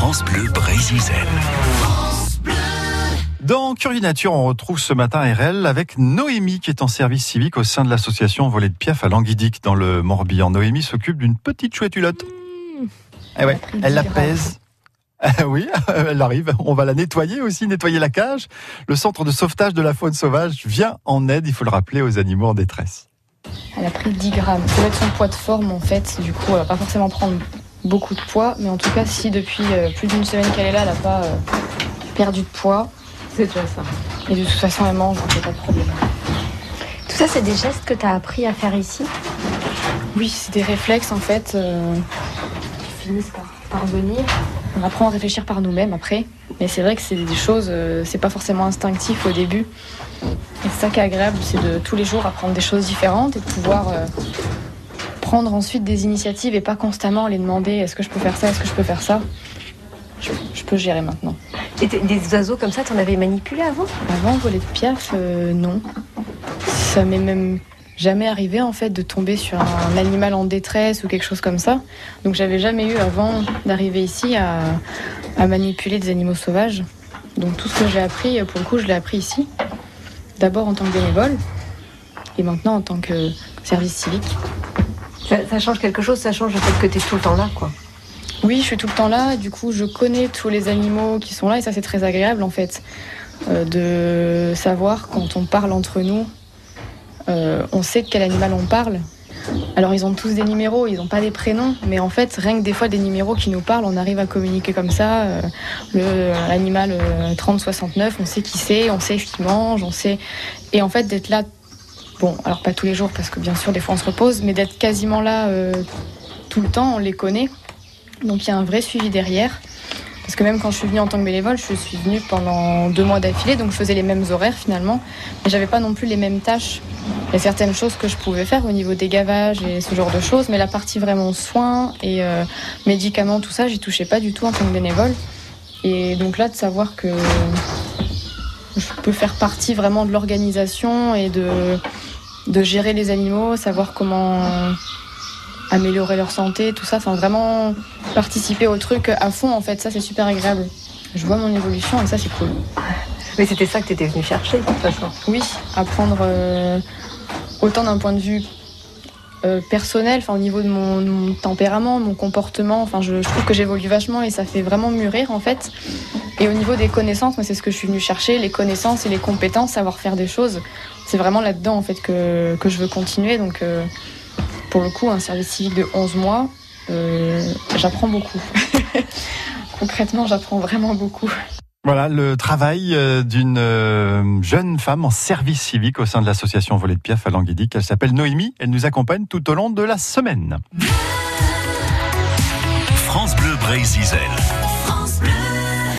France Bleu Brésil. Dans Curieux Nature, on retrouve ce matin RL avec Noémie qui est en service civique au sein de l'association Volet de Piaf à Languidic dans le Morbihan. Noémie s'occupe d'une petite chouette hulotte. Eh ouais, elle la pèse. Oui, elle arrive. On va la nettoyer aussi, nettoyer la cage. Le centre de sauvetage de la faune sauvage vient en aide, il faut le rappeler, aux animaux en détresse. Elle a pris 10 grammes. Ça va être son poids de forme en fait. Du coup, elle va pas forcément prendre beaucoup de poids. Mais en tout cas, si depuis plus d'une semaine qu'elle est là, elle n'a pas perdu de poids, c'est déjà ça. Et de toute façon, elle mange, donc il n'y a pas de problème. Tout ça, c'est des gestes que tu as appris à faire ici ? Oui, c'est des réflexes en fait qui finissent par venir. On apprend à réfléchir par nous-mêmes après. Mais c'est vrai que c'est des choses, c'est pas forcément instinctif au début. Et c'est ça qui est agréable, c'est de tous les jours apprendre des choses différentes et de pouvoir prendre ensuite des initiatives et pas constamment aller demander est-ce que je peux faire ça, est-ce que je peux faire ça. Je peux gérer maintenant. Et des oiseaux comme ça, tu en avais manipulé avant ? Avant, Volet de Piaf, non. Ça m'est même jamais arrivé en fait de tomber sur un animal en détresse ou quelque chose comme ça. Donc j'avais jamais eu avant d'arriver ici à manipuler des animaux sauvages. Donc tout ce que j'ai appris, pour le coup, je l'ai appris ici. D'abord en tant que bénévole et maintenant en tant que service civique. Ça change quelque chose, ça change le fait que tu es tout le temps là, quoi. Oui, je suis tout le temps là, du coup je connais tous les animaux qui sont là et ça c'est très agréable en fait. De savoir quand on parle entre nous, on sait de quel animal on parle. Alors ils ont tous des numéros, ils n'ont pas des prénoms, mais en fait rien que des fois des numéros qui nous parlent, on arrive à communiquer comme ça. L'animal 3069, on sait qui c'est, on sait ce qu'il mange, on sait. Et en fait d'être là, bon alors pas tous les jours parce que bien sûr des fois on se repose, mais d'être quasiment là tout le temps, on les connaît. Donc il y a un vrai suivi derrière. Parce que même quand je suis venue en tant que bénévole, je suis venue pendant 2 mois d'affilée, donc je faisais les mêmes horaires finalement, mais j'avais pas non plus les mêmes tâches. Il y a certaines choses que je pouvais faire au niveau des gavages et ce genre de choses, mais la partie vraiment soins et médicaments, tout ça, j'y touchais pas du tout en tant que bénévole. Et donc là, de savoir que je peux faire partie vraiment de l'organisation et de gérer les animaux, savoir comment améliorer leur santé, tout ça, enfin vraiment participer au truc à fond en fait, ça c'est super agréable. Je vois mon évolution et ça c'est cool. Mais c'était ça que tu étais venue chercher de toute façon. Oui, apprendre autant d'un point de vue personnel, enfin au niveau de mon tempérament, mon comportement, enfin je trouve que j'évolue vachement et ça fait vraiment mûrir en fait. Et au niveau des connaissances, moi c'est ce que je suis venue chercher, les connaissances et les compétences, savoir faire des choses. C'est vraiment là-dedans en fait que je veux continuer, donc pour le coup, un service civique de 11 mois, j'apprends beaucoup. Concrètement, j'apprends vraiment beaucoup. Voilà le travail d'une jeune femme en service civique au sein de l'association Volet de Piaf à Languidic. Elle s'appelle Noémie, elle nous accompagne tout au long de la semaine. France Bleu Brésil.